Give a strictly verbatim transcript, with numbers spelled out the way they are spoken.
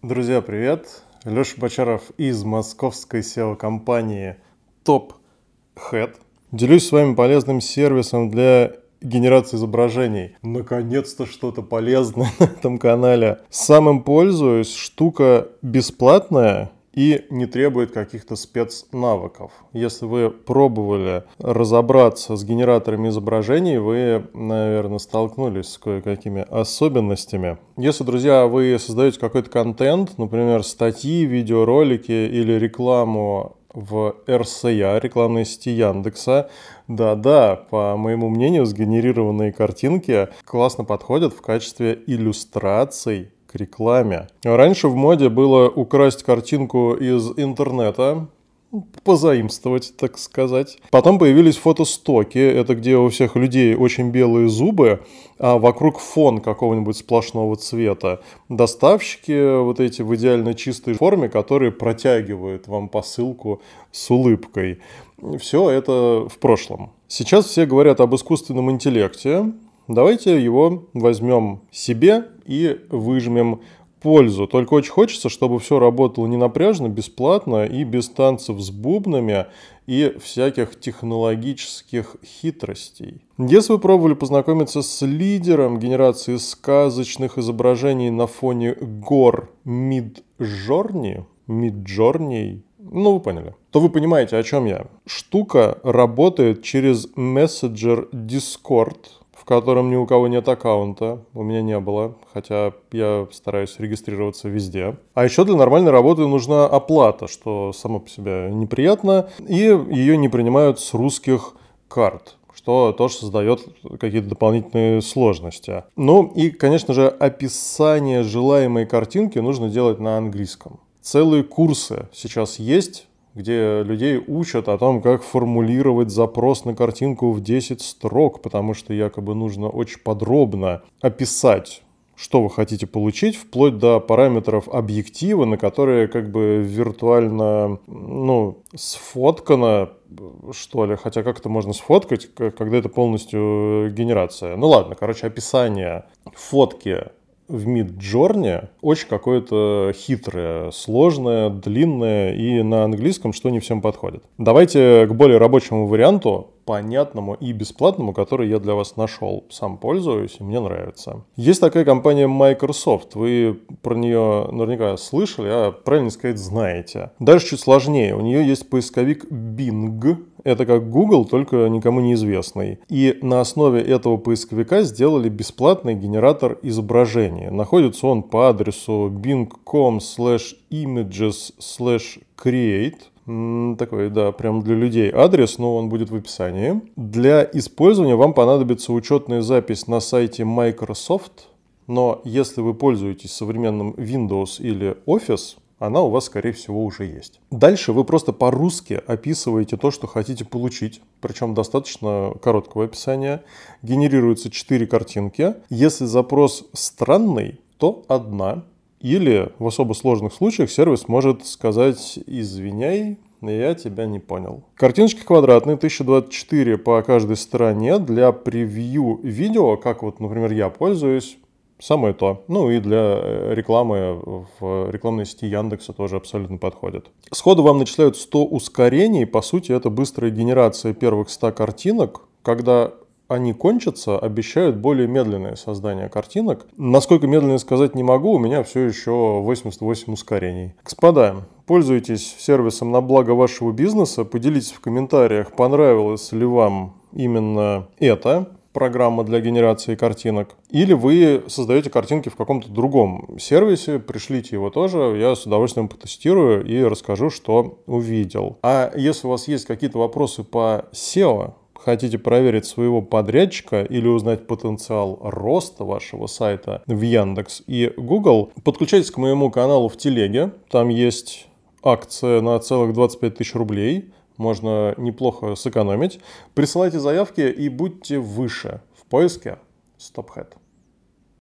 Друзья, привет! Леша Бочаров из московской сео-компании TopHead. Делюсь с вами полезным сервисом для генерации изображений. Наконец-то что-то полезное на этом канале. Сам им пользуюсь. Штука бесплатная и не требует каких-то спецнавыков. Если вы пробовали разобраться с генераторами изображений, вы, наверное, столкнулись с кое-какими особенностями. Если, друзья, вы создаете какой-то контент, например, статьи, видеоролики или рекламу в эр эс а, рекламной сети Яндекса, да-да, по моему мнению, сгенерированные картинки классно подходят в качестве иллюстраций к рекламе. Раньше в моде было украсть картинку из интернета, позаимствовать, так сказать. Потом появились фотостоки, это где у всех людей очень белые зубы, а вокруг фон какого-нибудь сплошного цвета. Доставщики вот эти в идеально чистой форме, которые протягивают вам посылку с улыбкой. Все это в прошлом. Сейчас все говорят об искусственном интеллекте. Давайте его возьмем себе и выжмем пользу. Только очень хочется, чтобы все работало не напряжно, бесплатно и без танцев с бубнами и всяких технологических хитростей. Если вы пробовали познакомиться с лидером генерации сказочных изображений на фоне гор Midjourney, Midjourney, ну вы поняли, то вы понимаете, о чем я. Штука работает через мессенджер Discord, в котором ни у кого нет аккаунта, у меня не было, хотя я стараюсь регистрироваться везде. А еще для нормальной работы нужна оплата, что само по себе неприятно, и ее не принимают с русских карт, что тоже создает какие-то дополнительные сложности. Ну и, конечно же, описание желаемой картинки нужно делать на английском. Целые курсы сейчас есть, где людей учат о том, как формулировать запрос на картинку в десять строк, потому что якобы нужно очень подробно описать, что вы хотите получить, вплоть до параметров объектива, на которые как бы виртуально, ну, сфоткано, что ли, хотя как это можно сфоткать, когда это полностью генерация. Ну ладно, короче, описание фотки в Midjourney очень какое-то хитрое, сложное, длинное и на английском, что не всем подходит. Давайте к более рабочему варианту, понятному и бесплатному, который я для вас нашел. Сам пользуюсь и мне нравится. Есть такая компания Microsoft. Вы про нее наверняка слышали, а правильно сказать, знаете. Дальше чуть сложнее. У нее есть поисковик Bing. Это как Google, только никому неизвестный. И на основе этого поисковика сделали бесплатный генератор изображений. Находится он по адресу bing.com slash images slash create. Такой, да, прям для людей адрес, но он будет в описании. Для использования вам понадобится учетная запись на сайте Microsoft, но если вы пользуетесь современным Windows или Office, она у вас, скорее всего, уже есть. Дальше вы просто по-русски описываете то, что хотите получить, причем достаточно короткого описания. Генерируются четыре картинки. Если запрос странный, то одна. Или в особо сложных случаях сервис может сказать: «Извиняй, я тебя не понял». Картиночки квадратные, тысяча двадцать четыре по каждой стороне. Для превью видео, как вот, например, я пользуюсь, самое то. Ну и для рекламы в рекламной сети Яндекса тоже абсолютно подходит. Сходу вам начисляют сто ускорений. По сути, это быстрая генерация первых ста картинок, когда они кончатся, обещают более медленное создание картинок. Насколько медленно сказать не могу, у меня все еще восемьдесят восемь ускорений. Господа, пользуйтесь сервисом на благо вашего бизнеса, поделитесь в комментариях, понравилось ли вам именно это, программа для генерации картинок, или вы создаете картинки в каком-то другом сервисе, пришлите его тоже, я с удовольствием потестирую и расскажу, что увидел. А если у вас есть какие-то вопросы по сео, хотите проверить своего подрядчика или узнать потенциал роста вашего сайта в Яндекс и Google, подключайтесь к моему каналу в Телеге. Там есть акция на целых двадцать пять тысяч рублей. Можно неплохо сэкономить. Присылайте заявки и будьте выше в поиске с TopHead.